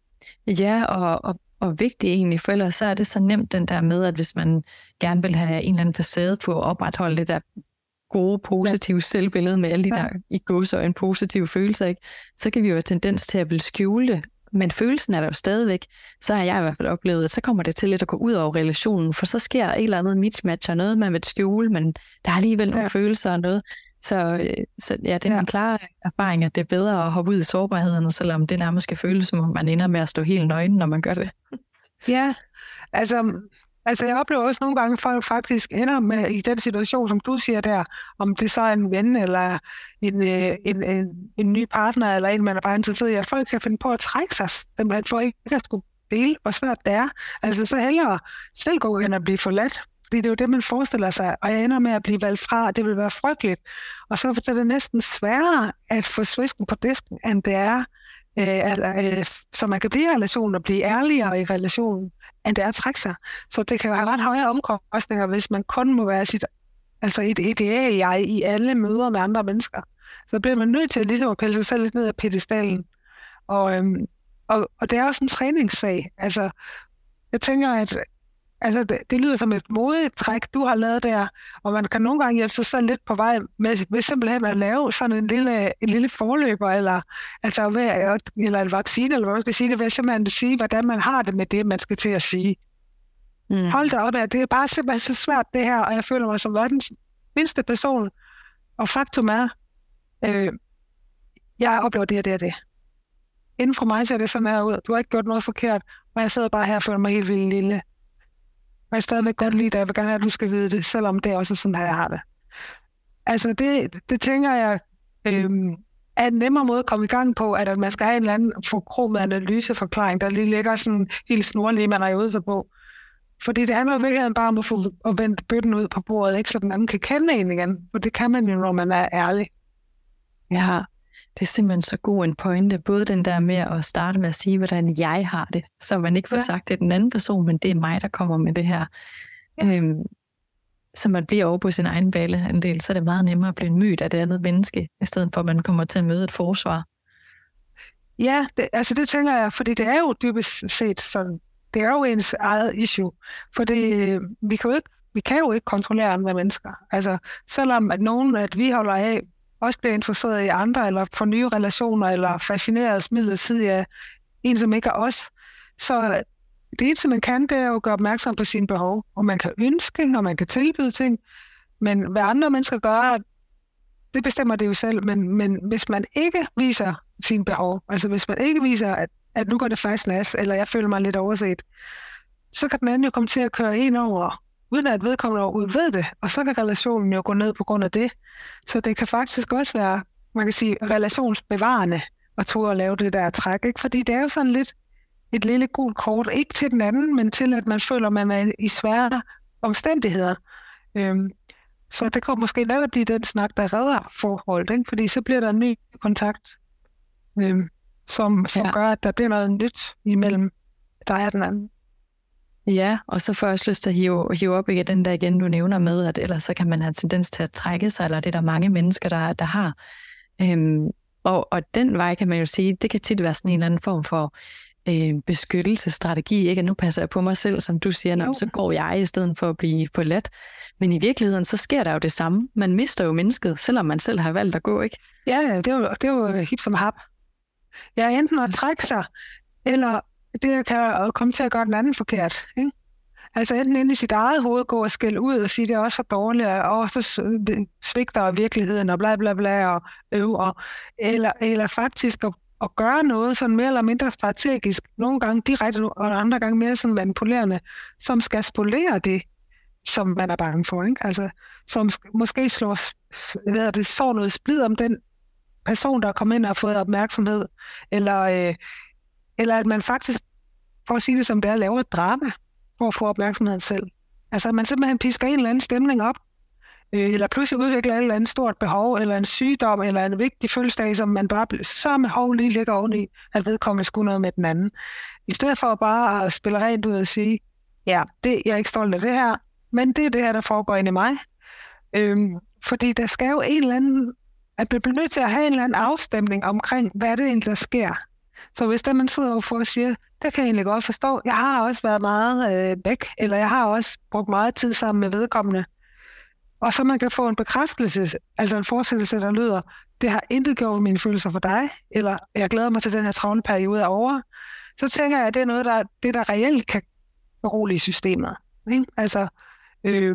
Ja, og, og, og vigtigt egentlig, for ellers så er det så nemt den der med, at hvis man gerne vil have en eller anden facade på at opretholde det der gode, positive ja. selvbillede med alle de ja. der i gåseøjne positive følelser, ikke? Så kan vi jo have tendens til at ville skjule det. Men følelsen er der jo stadigvæk. Så har jeg i hvert fald oplevet, at så kommer det til lidt at gå ud over relationen, for så sker der et eller andet mismatch og noget, man vil skjule, men der er alligevel nogle ja. følelser og noget. Så, så ja, det er ja. min klare erfaring, at det er bedre at hoppe ud i sårbarheden, selvom det nærmest skal føles, som om man ender med at stå helt nøgen, når man gør det. Ja, altså... Altså, jeg oplever også nogle gange, at folk faktisk ender med i den situation, som du siger der, om det så er en ven, eller en, en, en, en ny partner, eller en, man er bare interesseret i, at folk kan finde på at trække sig, simpelthen for ikke at skulle dele, hvor svært det er. Altså, så hellere selv gå hen og blive forladt, fordi det er jo det, man forestiller sig, og jeg ender med at blive valgt fra, og det vil være frygteligt. Og så er det næsten sværere at få svisken på disken, end det er, øh, at, øh, så man kan blive i relationen og blive ærligere i relationen, end det er at trække sig. Så det kan jo have ret høje omkostninger, hvis man kun må være sit, altså et ideal jeg i alle møder med andre mennesker. Så bliver man nødt til ligesom at pille sig selv lidt ned af pedestalen. Og, øhm, og, og det er også en træningssag. Altså, jeg tænker, at altså, det, det lyder som et modetræk, du har lavet der, og man kan nogle gange hjælpe sig selv lidt på vej med, med simpelthen at lave sådan en lille, en lille forløber, eller, altså, ved, eller en vaccine, eller hvad man skal sige det, ved simpelthen at sige, hvordan man har det med det, man skal til at sige. Mm. Hold da op, det er bare simpelthen så svært det her, og jeg føler mig som verdens mindste person, og faktum er, øh, jeg oplever det og det og det. Inden for mig ser det sådan her ud, du har ikke gjort noget forkert, og jeg sidder bare her og føler mig helt vildt lille. Og jeg stadigvæk godt lide det, jeg vil gerne have, at du skal vide det, selvom det er også sådan her, jeg har det. Altså det, det tænker jeg øhm, er en nemmere måde at komme i gang på, at man skal have en eller anden forkromet analyseforklaring, der lige ligger sådan helt snorlige, man er ude på. Fordi det handler jo virkelig bare om at få at vende bøtten ud på bordet, ikke? Så den anden kan kende en igen, for det kan man jo, når man er ærlig. Ja, det er simpelthen så god en pointe, både den der med at starte med at sige, hvordan jeg har det, så man ikke får ja. sagt, det er den anden person, men det er mig, der kommer med det her. Ja. Øhm, så man bliver over på sin egen baneandel, så er det meget nemmere at blive mødt af det andet menneske, i stedet for at man kommer til at møde et forsvar. Ja, det, altså det tænker jeg, fordi det er jo dybest set sådan, det er jo ens eget issue, for det, vi kan jo ikke, vi kan jo ikke kontrollere andre mennesker. Altså, selvom at nogen, at vi holder af, også bliver interesseret i andre, eller får nye relationer, eller fascineres midlertidigt af en, som ikke er os, så det eneste, man kan, det er jo at gøre opmærksom på sine behov, og man kan ønske, og man kan tilbyde ting, men hvad andre mennesker gør, det bestemmer det jo selv, men, men hvis man ikke viser sine behov, altså hvis man ikke viser, at, at nu går det faktisk nas, eller jeg føler mig lidt overset, så kan den anden jo komme til at køre en over, uden at vedkommende overhovedet ved det, og så kan relationen jo gå ned på grund af det. Så det kan faktisk også være, man kan sige, relationsbevarende at turde at lave det der træk, ikke? Fordi det er jo sådan lidt et lille gult kort, ikke til den anden, men til at man føler, at man er i svære omstændigheder. Øhm, så det kan måske netop blive den snak, der redder forholdet, ikke? Fordi så bliver der en ny kontakt, øhm, som, som ja. gør, at der bliver noget nyt imellem dig og den anden. Ja, og så får jeg også lyst til at hive, hive op igen den der igen, du nævner med, at ellers så kan man have tendens til at trække sig, eller det er der mange mennesker, der, der har. Øhm, og, og den vej kan man jo sige, det kan tit være sådan en eller anden form for øh, beskyttelsesstrategi, ikke? At nu passer jeg på mig selv, som du siger, når, så går jeg i stedet for at blive forladt. Men i virkeligheden, så sker der jo det samme. Man mister jo mennesket, selvom man selv har valgt at gå, ikke? Ja, det er jo, det er jo hip som hap. Ja, enten at trække sig, eller det kan komme til at gøre den anden forkert, ikke? Altså enten ind i sit eget hoved gå og skælde ud og sige, det er også for dårligt, og så svigter virkeligheden og bla bla bla og øver, eller, eller faktisk at, at gøre noget sådan mere eller mindre strategisk, nogle gange direkte og andre gange mere sådan manipulerende, som skal spolere det, som man er bange for, ikke? Altså som måske slår, hvad det, så noget splid om den person, der er kommet ind og har fået opmærksomhed, eller, øh, eller at man faktisk, for at sige det som det er, laver et drama for at få opmærksomheden selv. Altså at man simpelthen pisker en eller anden stemning op, øh, eller pludselig udvikler et eller andet stort behov, eller en sygdom, eller en vigtig fødselsdag, som man bare så med hov lige ligger oveni, at vedkommende skulle noget med den anden. I stedet for bare at spille rent ud og sige, ja, det, jeg er ikke stolt af det her, men det er det her, der foregår inde i mig. Øhm, fordi der skal jo en eller anden, at man bliver nødt til at have en eller anden afstemning omkring, hvad er det egentlig, der sker. Så hvis der man sidder overfor og siger, det kan jeg egentlig godt forstå, jeg har også været meget øh, væk, eller jeg har også brugt meget tid sammen med vedkommende. Og så man kan få en bekræftelse, altså en forestillelse, der lyder, det har intet gjort mine følelser for dig, eller jeg glæder mig til den her travle periode over. Så tænker jeg, at det er noget, der, det, der reelt kan berolige systemet. Ikke? Altså, øh,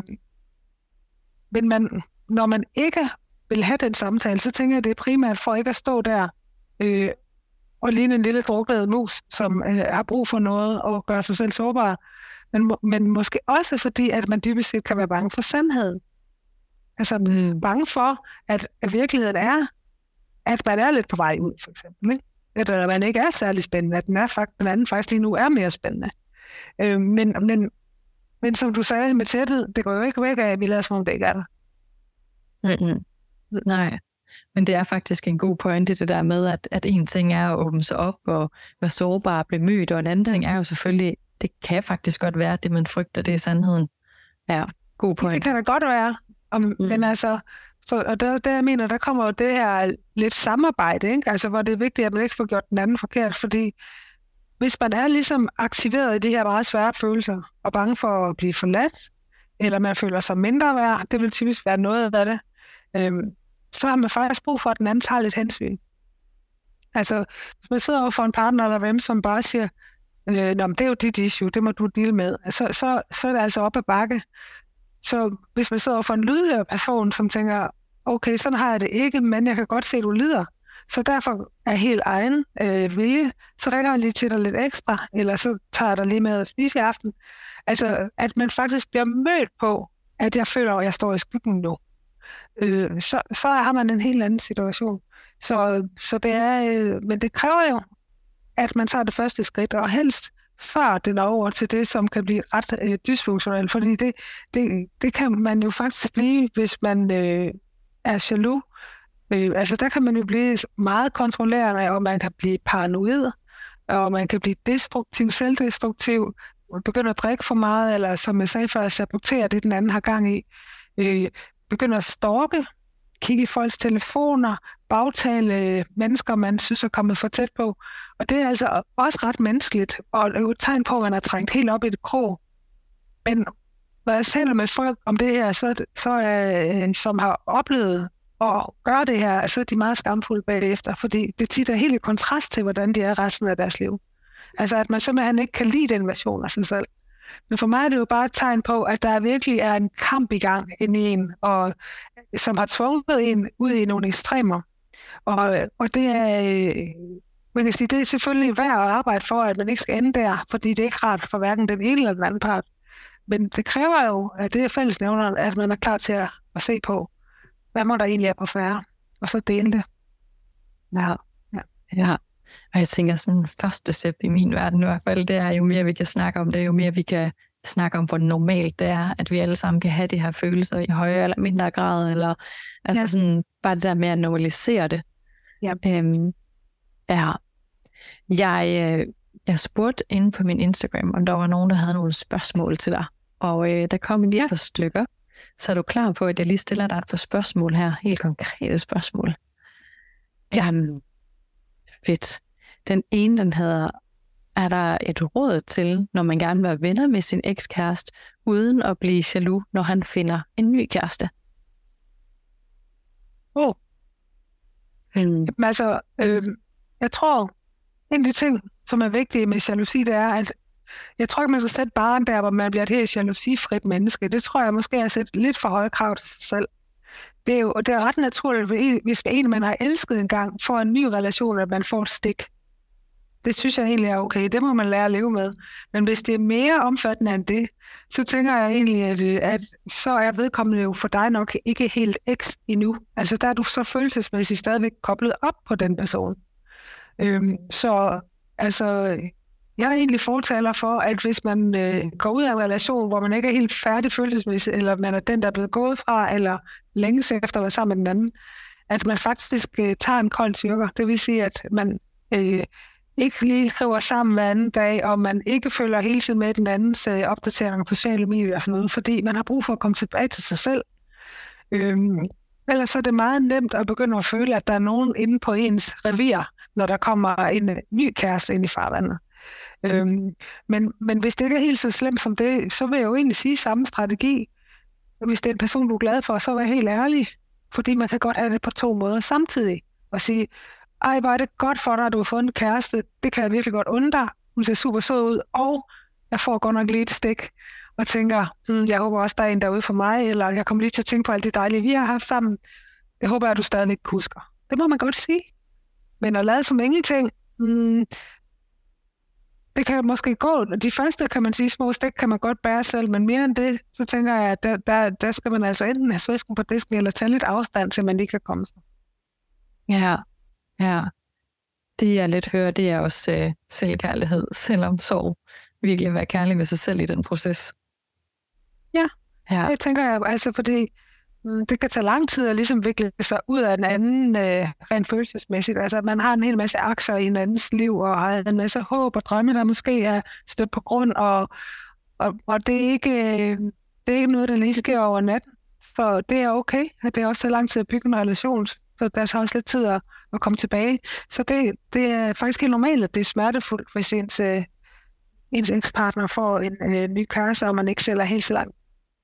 men man, når man ikke vil have den samtale, så tænker jeg, at det er primært for ikke at stå der øh, og ligne en lille druknet mus, som øh, har brug for noget og gøre sig selv sårbar. Men, men måske også fordi, at man dybest set kan være bange for sandheden. Altså mm. bange for, at, at virkeligheden er, at man er lidt på vej ud, for eksempel. Ikke? Eller at man ikke er særlig spændende, at den, er, den anden faktisk lige nu er mere spændende. Øh, men, men, men som du sagde med tæthed, det går jo ikke væk af, at vi lader som om det ikke er der. Mm-hmm. Nej, men det er faktisk en god pointe, det der med, at, at en ting er at åbne sig op og være sårbar og blive mødt, og en anden ting er jo selvfølgelig, det kan faktisk godt være, at det man frygter, det er sandheden. Ja, god pointe. Det kan da godt være, om, mm. men altså, så, og der, der jeg mener, der kommer jo det her lidt samarbejde, ikke? Altså, hvor det er vigtigt, at man ikke får gjort den anden forkert, fordi hvis man er ligesom aktiveret i de her meget svære følelser, og bange for at blive forladt, eller man føler sig mindre værd, det vil typisk være noget af det, øhm, så har man faktisk brug for, at den anden tager lidt hensyn. Altså, hvis man sidder over for en partner eller hvem, som bare siger, øh, Nå, men det er jo dit issue, det må du deal med, så, så, så er det altså op ad bakke. Så hvis man sidder over for en lydhør person, som tænker, okay, sådan har jeg det ikke, men jeg kan godt se, at du lider, så derfor er helt egen øh, vilje, så ringer jeg lige til dig lidt ekstra, eller så tager jeg dig lige med at spise i aften. Altså, at man faktisk bliver mødt på, at jeg føler, at jeg står i skyggen nu. Øh, så, så har man en helt anden situation. Så, så det er, øh, men det kræver jo, at man tager det første skridt, og helst før det når over til det, som kan blive ret øh, dysfunktionelt, fordi det, det, det kan man jo faktisk blive, hvis man øh, er jaloux. Øh, altså der kan man jo blive meget kontrollerende, og man kan blive paranoid, og man kan blive destruktiv, selvdestruktiv, begynder at drikke for meget, eller som jeg sagde før, sabotere det, den anden har gang i. Øh, begynder at stalke, kigge i folks telefoner, bagtale mennesker, man synes er kommet for tæt på. Og det er altså også ret menneskeligt, og det er jo et tegn på, at man er trængt helt op i det krog. Men når jeg taler med folk om det her, så, så er som har oplevet at gøre det her, så er de meget skamfulde bagefter, fordi det tit er helt i kontrast til, hvordan de er resten af deres liv. Altså, at man simpelthen ikke kan lide den version af sig selv. Men for mig er det jo bare et tegn på, at der virkelig er en kamp i gang inde i en, og, som har tvunget en ud i nogle ekstremer. Og, og det er, man kan sige, det er selvfølgelig værd at arbejde for, at man ikke skal ende der, fordi det er ikke rart for hverken den ene eller den anden part. Men det kræver jo, at det er fællesnævneren, at man er klar til at, at se på, hvad må der egentlig er på færre, og så dele det. Ja, ja. ja. Og jeg tænker, sådan første step i min verden i hvert fald, det er jo mere vi kan snakke om det, jo mere vi kan snakke om, hvor normalt det er, at vi alle sammen kan have de her følelser i højere eller mindre grad, eller altså ja. sådan, bare det der med at normalisere det. Ja. Øhm, ja. Jeg, øh, jeg spurgte inde på min Instagram, om der var nogen, der havde nogle spørgsmål til dig, og øh, der kom lige et par stykker. Så er du klar på, at jeg lige stiller dig et par spørgsmål her, helt konkrete spørgsmål? Jamen, fedt. Den ene, den hedder, er der et råd til, når man gerne vil være venner med sin ekskæreste, uden at blive jaloux, når han finder en ny kæreste? Åh. Oh. Hmm. Altså, øh, jeg tror, en af de ting, som er vigtige med jalousi, det er, at jeg tror ikke, man skal sætte barren der, hvor man bliver et helt jalousifrit menneske. Det tror jeg måske er at sætte lidt for høje krav til sig selv. Det er jo det er ret naturligt, hvis en, man har elsket en gang, får en ny relation, at man får et stik. Det synes jeg egentlig er okay. Det må man lære at leve med. Men hvis det er mere omfattende end det, så tænker jeg egentlig, at, at så er vedkommende jo for dig nok ikke helt eks endnu. Altså der er du så følelsesmæssigt stadigvæk koblet op på den person. Øhm, så altså... Jeg er egentlig fortaler for, at hvis man øh, går ud af en relation, hvor man ikke er helt færdig følelsesmæssigt, eller man er den, der er blevet gået fra, eller længe efter at være sammen med den anden, at man faktisk øh, tager en kold tyrker. Det vil sige, at man øh, ikke lige skriver sammen hver anden dag, og man ikke følger hele tiden med den andens øh, opdateringer på sociale medier og sådan noget, fordi man har brug for at komme tilbage til sig selv. Øhm, ellers er det meget nemt at begynde at føle, at der er nogen inde på ens revir, når der kommer en øh, ny kæreste ind i farvandet. Øhm, men, men hvis det ikke er helt så slemt som det, så vil jeg jo egentlig sige samme strategi. Hvis det er en person, du er glad for, så vær helt ærlig. Fordi man kan godt have det på to måder samtidig. Og sige, ej, hvor er det godt for dig, at du har fået en kæreste. Det kan jeg virkelig godt undre. Hun ser super sød ud, og jeg får godt nok lige et stik. Og tænker, hm, jeg håber også, der er en derude for mig, eller jeg kommer lige til at tænke på alt det dejlige, vi har haft sammen. Det håber jeg, at du stadigvæk husker. Det må man godt sige. Men at lade som ingenting, hmm, det kan måske gå. De første, kan man sige, små stik kan man godt bære selv, men mere end det, så tænker jeg, at der, der, der skal man altså enten have svæsken på disken, eller tage lidt afstand, til man lige kan komme sig. Ja, ja. Det jeg lidt hører, det er også øh, selvkærlighed, selvom sorg. Virkelig være kærlig ved sig selv i den proces. Ja, ja. Det tænker jeg, altså fordi det kan tage lang tid at ligesom vikle sig ud af den anden øh, rent følelsesmæssigt. Altså, man har en hel masse aktier i en andens liv, og har en masse håb og drømme, der måske er stødt på grund, og, og, og det, er ikke, øh, det er ikke noget, der lige sker over natten. For det er okay, at det er også så lang tid at bygge en relation, så der er så også lidt tid at, at komme tilbage. Så det, det er faktisk helt normalt, at det er smertefuldt, hvis ens, øh, ens ekspartner får en øh, ny kæreste, og man ikke selv er helt så langt.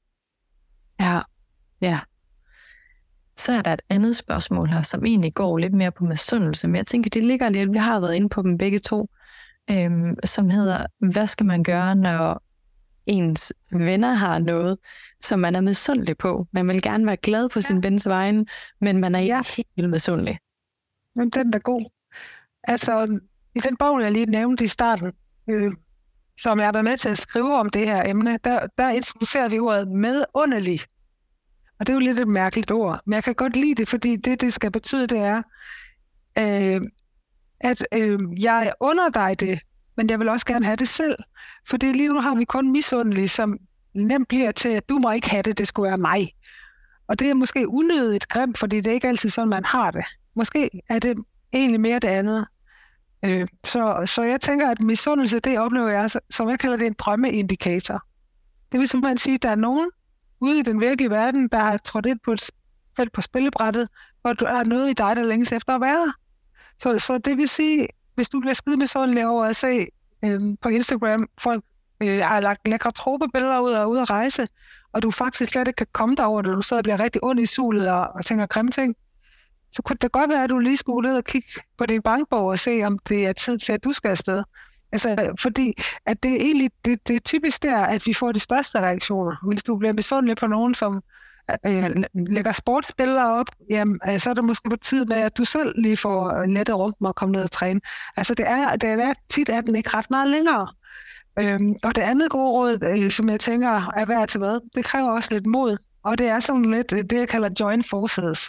Ja. Ja. Så er der et andet spørgsmål her, som egentlig går lidt mere på misundelse, men jeg tænker, det ligger lidt, vi har været inde på dem begge to, øhm, som hedder, hvad skal man gøre, når ens venner har noget, som man er misundelig på? Man vil gerne være glad på sin ja. vens vegne, men man er ikke ja. helt misundelig. Men den er god. Altså, i den bog, jeg lige nævnte i starten, øh, som jeg har været med til at skrive om det her emne, der, der introducerer vi ordet medunderlig. Og det er jo lidt et mærkeligt ord, men jeg kan godt lide det, fordi det, det skal betyde, det er, øh, at øh, jeg under dig det, men jeg vil også gerne have det selv. Fordi lige nu har vi kun misundelige, som nemt bliver til, at du må ikke have det, det skulle være mig. Og det er måske unødigt grimt, fordi det er ikke altid sådan, man har det. Måske er det egentlig mere det andet. Øh, så, så jeg tænker, at misundelse, det oplever jeg, som jeg kalder det, en drømmeindikator. Det vil simpelthen sige, at der er nogen ude i den virkelige verden, der har trådt ind på et felt på spillebrættet, og der er noget i dig, der længes efter at være. Så, så det vil sige, hvis du bliver skide misundelig over at se øh, på Instagram, folk øh, har lagt lækre tropebilleder ud og ud at rejse, og du faktisk slet ikke kan komme derover, når du sidder og bliver rigtig ond i sulet og, og tænker grimme ting, så kunne det godt være, at du lige skulle ned og kigge på din bankbog og se, om det er tid til, at du skal afsted. Altså, fordi at det er egentlig det, det er typisk der, at vi får de største reaktioner. Hvis du bliver misundelig på nogen, som øh, lægger sportsbilleder op, jamen, øh, så er det måske på tiden af, at du selv lige får lettet rundt med at komme ned og træne. Altså, det er, det er tit er den ikke ret meget længere. Øhm, og det andet gode råd, øh, som jeg tænker er værd til hvad, det kræver også lidt mod. Og det er sådan lidt det, jeg kalder join forces.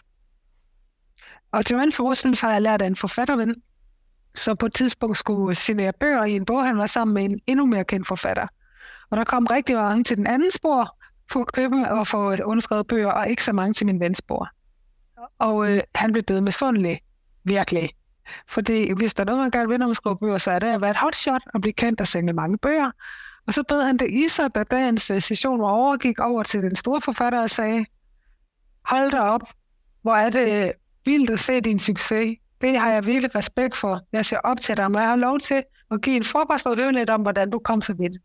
Og join forces har jeg lært af en forfatterven, så på et tidspunkt skulle signere bøger i en boghandler sammen med en endnu mere kendt forfatter. Og der kom rigtig mange til den anden spor for at købe og få et underskrevet bøger, og ikke så mange til min vens spor. Og øh, han blev død misundelig, virkelig. Fordi hvis der er noget, man gerne vil, når man skriver bøger, så er det at være et hotshot og blive kendt og sælge mange bøger. Og så bød han det i sig, da dagens session var overgik over til den store forfatter og sagde, hold da op, hvor er det vildt at se din succes. Det har jeg virkelig respekt for. Jeg ser op til dig, og jeg har lov til at give en forberedt lidt om, hvordan du kom så vidt.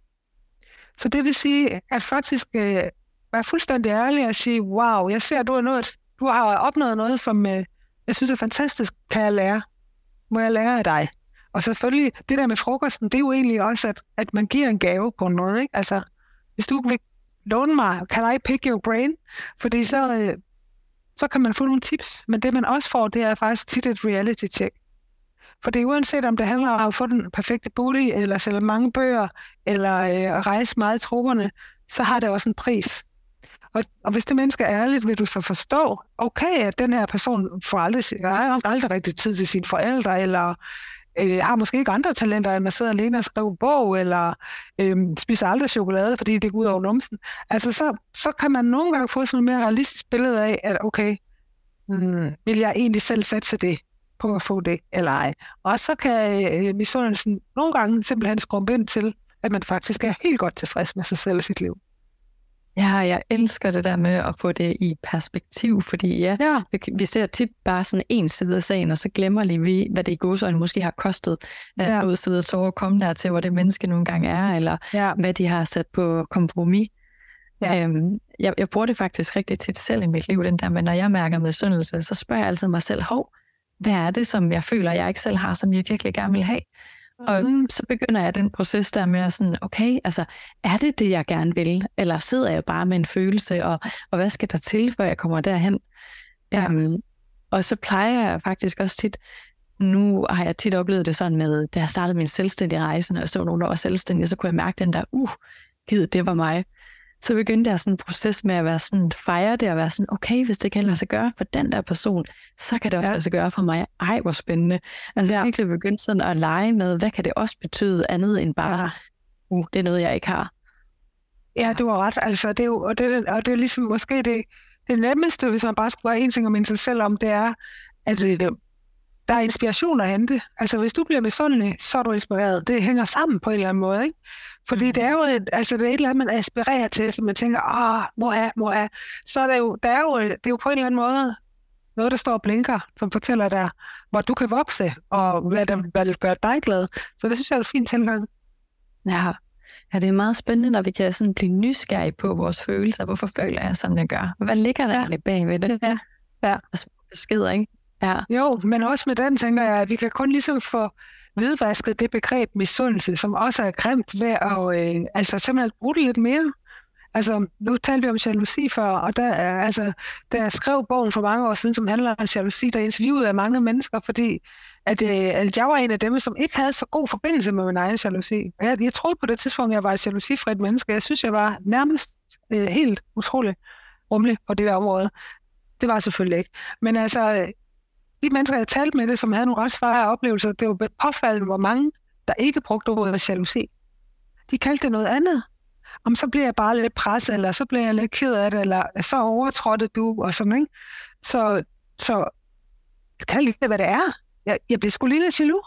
Så det vil sige, at faktisk øh, være fuldstændig ærlig og sige, wow, jeg ser, at du, er noget, du har opnået noget, som øh, jeg synes er fantastisk. Kan jeg lære? Må jeg lære af dig? Og selvfølgelig, det der med frokosten, det er jo egentlig også, at, at man giver en gave på noget. Ikke? Altså, hvis du vil låne mig, kan I pick your brain? Fordi så... Øh, så kan man få nogle tips. Men det, man også får, det er faktisk tit et reality-check. For det er uanset, om det handler om at få den perfekte bolig, eller sælge mange bøger, eller øh, rejse meget i trupperne, så har det også en pris. Og, og hvis det menneske er ærligt, vil du så forstå, okay, at den her person får aldrig, har aldrig rigtig tid til sine forældre, eller øh, har måske ikke andre talenter, end at sidde alene og skrive bog, eller øh, spiser aldrig chokolade, fordi det går ud over numsen. Altså, så, så kan man nogle gange få sådan et mere realistisk billede af, at okay, hmm, vil jeg egentlig selv satse det på at få det, eller ej. Og så kan øh, misundelsen nogle gange simpelthen skrumpe ind til, at man faktisk er helt godt tilfreds med sig selv og sit liv. Ja, jeg elsker det der med at få det i perspektiv, fordi ja, ja. Vi, vi ser tit bare sådan en side af sagen, og så glemmer vi, hvad det i godsøjne måske har kostet at ja. Udside og tårer at komme der til, hvor det menneske nogle gange er, eller ja. Hvad de har sat på kompromis. Ja. Øhm, jeg, jeg bruger det faktisk rigtig tit selv i mit liv, den der, men når jeg mærker misundelse, så spørger jeg altid mig selv, hov, hvad er det, som jeg føler, jeg ikke selv har, som jeg virkelig gerne vil have? Og så begynder jeg den proces der med at sådan, okay, altså, er det det, jeg gerne vil? Eller sidder jeg bare med en følelse, og, og hvad skal der til, før jeg kommer derhen? Ja. Um, og så plejer jeg faktisk også tit, nu har jeg tit oplevet det sådan med, da jeg startede min selvstændige rejse, og så nogle år selvstændig, så kunne jeg mærke den der, uh, gid, det var mig. Så begyndte jeg sådan en proces med at være sådan, fejre det, og være sådan, okay, hvis det kan lade sig gøre for den der person, så kan det også ja. Lade sig gøre for mig. Ej, hvor spændende. Altså jeg virkelig begyndte sådan at lege med, hvad kan det også betyde andet end bare, uh, det er noget, jeg ikke har. Ja, du har ret. Altså, det er jo, og det, og det er ligesom måske det, det nemmeste, hvis man bare skal være en ting at minde sig selv om, det er, at det, der er inspiration at hente. Altså, hvis du bliver misundelig, så er du inspireret. Det hænger sammen på en eller anden måde, ikke? Fordi det er jo et, altså det er et eller andet, man aspirerer til, så man tænker, ah, hvor er, hvor er. Så er det jo, der er jo, det er jo på en eller anden måde noget, der står og blinker, som fortæller dig, hvor du kan vokse, og hvad der, hvad der gør dig glad. Så det synes jeg er et fint tilgang. Ja. Ja, det er meget spændende, når vi kan sådan blive nysgerrige på vores følelser. Hvorfor føler jeg, som jeg gør? Hvad ligger der ja. Bag ved det? Ja. Ja. Altså beskeder, ikke? Ja. Jo, men også med den tænker jeg, at vi kan kun ligesom få hvidvasket det begreb misundelse, som også er grimt ved at øh, altså simpelthen bruge det lidt mere. Altså, nu talte vi om jalousi før, og der, altså, da jeg skrev bogen for mange år siden, som handler om jalousi, der interviewede jeg mange mennesker, fordi at, øh, at jeg var en af dem, som ikke havde så god forbindelse med min egen jalousi. Jeg, jeg troede på det tidspunkt, at jeg var et jalousifrit menneske. Jeg synes, jeg var nærmest øh, helt utrolig rummelig på det der område. Det var jeg selvfølgelig ikke. Men altså, de mennesker, jeg talte med det, som havde nogle ret svære oplevelser, det var påfaldende, hvor mange, der ikke brugte ordet jalousi. De kaldte det noget andet. Om så bliver jeg bare lidt presset, eller så bliver jeg lidt ked af det, eller så overtrådte du, og sådan, ikke? Så, så kald det, hvad det er. Jeg, jeg bliver sgu lige lidt jaloux.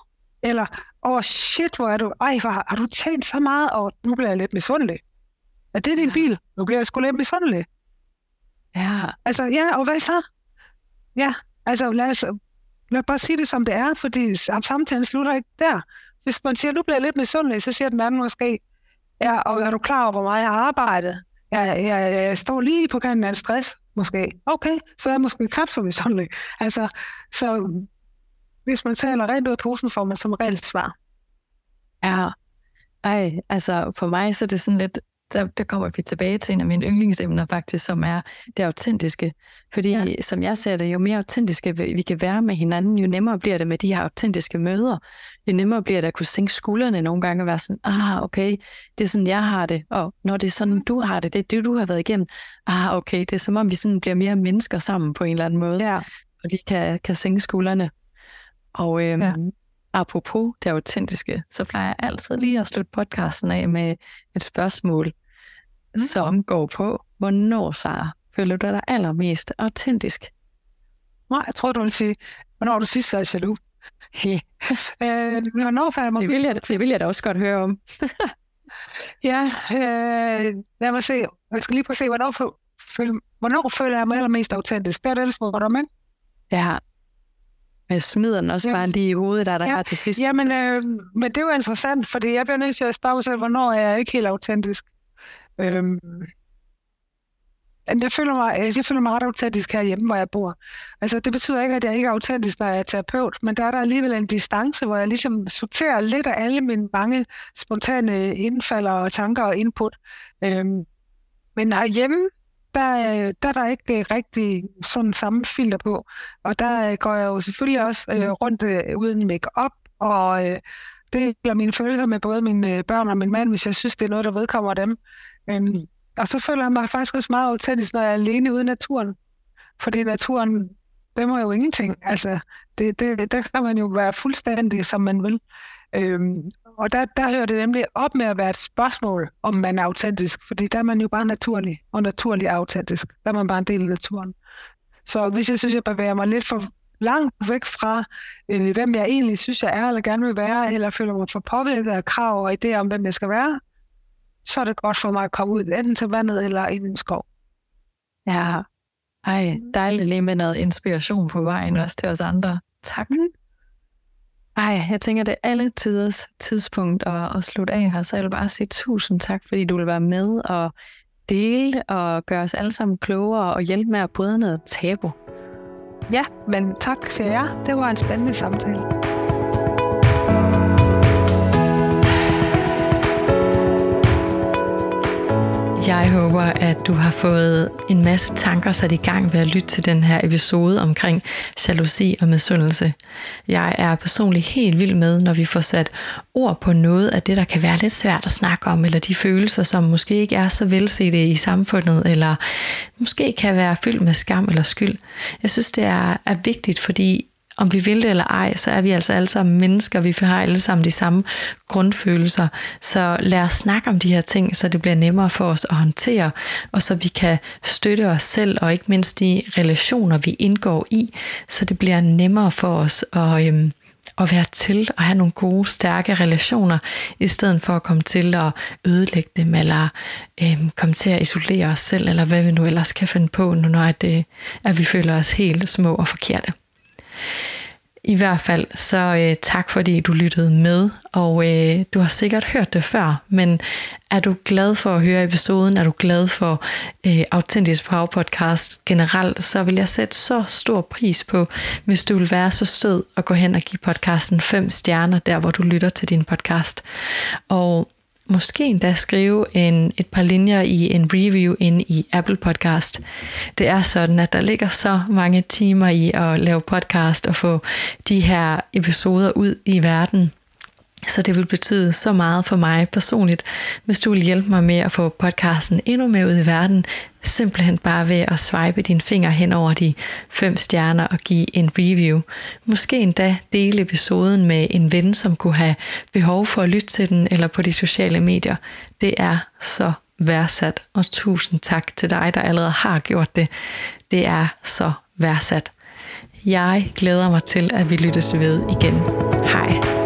Eller, åh oh, shit, hvor er du, ej, hvor har, har du tjent så meget, og nu bliver jeg lidt misundelig. Er det din bil? Nu bliver jeg sgu lidt misundelig. Ja. Altså, ja, og hvad så? Ja, altså, lad os, lad os bare sige det, som det er, fordi samtalen slutter ikke der. Hvis man siger, nu bliver jeg lidt misundelig, så siger den anden måske, ja, og er du klar over, hvor meget jeg har arbejdet? Jeg, jeg, jeg står lige på kanten af en stress, måske. Okay, så er jeg måske knap så misundelig. Altså, så hvis man taler rent ud af posen, får man som reelt svar. Ja, ej, altså for mig så er det sådan lidt, der, der kommer vi tilbage til en af mine yndlingsemner faktisk, som er det autentiske. Fordi ja. Som jeg ser det, jo mere autentiske vi kan være med hinanden, jo nemmere bliver det med de her autentiske møder. Jo nemmere bliver det at kunne sænke skuldrene nogle gange og være sådan, ah okay, det er sådan jeg har det, og når det er sådan du har det, det er det du har været igennem, ah okay, det er som om vi sådan bliver mere mennesker sammen på en eller anden måde, ja. Og de kan, kan sænke skuldrene. Og øhm, ja. Apropos det autentiske, så plejer jeg altid lige at slutte podcasten af med et spørgsmål, mm. som går på, hvornår, Sara, føler du dig allermest autentisk? Nej, jeg tror, du vil sige, hvornår du sidst er jaloux. Hey. øh, hvornår føler jeg mig... Det vil jeg, det vil jeg da også godt høre om. ja, øh, lad mig se. Jeg skal lige prøve at se, hvornår, føl, hvornår føler jeg mig allermest autentisk. Det er det, ellers hvor du er. Ja. Jeg smider den også ja. bare lige i hovedet, der, der ja. er til sidst. Ja, men, øh, men det er jo interessant, fordi jeg bliver nødt til at spørge mig selv, hvornår er jeg ikke helt autentisk. Øhm, jeg, føler mig, jeg føler mig ret autentisk herhjemme, hvor jeg bor. Altså, det betyder ikke, at jeg ikke er autentisk, når jeg er terapeut, men der er der alligevel en distance, hvor jeg ligesom sorterer lidt af alle mine mange spontane indfald og tanker og input. Øhm, men herhjemme, Der, der er der ikke rigtig sådan samme filter på. Og der går jeg jo selvfølgelig også øh, rundt øh, uden make-up, og øh, det bliver mine følelser med både mine børn og min mand, hvis jeg synes, det er noget, der vedkommer dem. Øhm, og så føler jeg mig faktisk også meget autentisk, når jeg er alene ude i naturen. Fordi naturen, det må jo ingenting. Altså, det, det, der kan man jo være fuldstændig, som man vil. Øhm, og der, der hører det nemlig op med at være et spørgsmål, om man er autentisk, fordi der er man jo bare naturlig, og naturlig autentisk. Der er man bare en del af naturen. Så hvis jeg synes, jeg bevæger mig lidt for langt væk fra, øh, hvem jeg egentlig synes, jeg er, eller gerne vil være, eller føler mig for påvirket af krav og idéer om, hvem jeg skal være, så er det godt for mig at komme ud enten til vandet eller i en skov. Ja, ej, dejligt lige med noget inspiration på vejen også til os andre. Tak. Ej, jeg tænker, det er alle tiders tidspunkt at, at slutte af her, så jeg vil bare sige tusind tak, fordi du vil være med og dele og gøre os alle sammen klogere og hjælpe med at bryde noget tabu. Ja, men tak til jer. Det var en spændende samtale. Jeg håber, at du har fået en masse tanker sat i gang ved at lytte til den her episode omkring jalousi og misundelse. Jeg er personligt helt vild med, når vi får sat ord på noget af det, der kan være lidt svært at snakke om, eller de følelser, som måske ikke er så velsete i samfundet, eller måske kan være fyldt med skam eller skyld. Jeg synes, det er, er vigtigt, fordi om vi vil det eller ej, så er vi altså alle sammen mennesker. Vi har alle sammen de samme grundfølelser. Så lad os snakke om de her ting, så det bliver nemmere for os at håndtere, og så vi kan støtte os selv, og ikke mindst de relationer, vi indgår i, så det bliver nemmere for os at, øhm, at være til og have nogle gode, stærke relationer, i stedet for at komme til at ødelægge dem, eller øhm, komme til at isolere os selv, eller hvad vi nu ellers kan finde på, når at, øh, at vi føler os helt små og forkerte. I hvert fald så øh, tak fordi du lyttede med, og øh, du har sikkert hørt det før, men er du glad for at høre episoden, er du glad for øh, Autentisk Power Podcast generelt, så vil jeg sætte så stor pris på, hvis du vil være så sød og gå hen og give podcasten fem stjerner, der hvor du lytter til din podcast. Og måske endda skrive en, et par linjer i en review inde i Apple Podcast. Det er sådan, at der ligger så mange timer i at lave podcast og få de her episoder ud i verden. Så det vil betyde så meget for mig personligt, hvis du vil hjælpe mig med at få podcasten endnu mere ud i verden, simpelthen bare ved at swipe dine fingre hen over de fem stjerner og give en review. Måske endda dele episoden med en ven, som kunne have behov for at lytte til den, eller på de sociale medier. Det er så værdsat, og tusind tak til dig, der allerede har gjort det. Det er så værdsat. Jeg glæder mig til, at vi lyttes ved igen. Hej.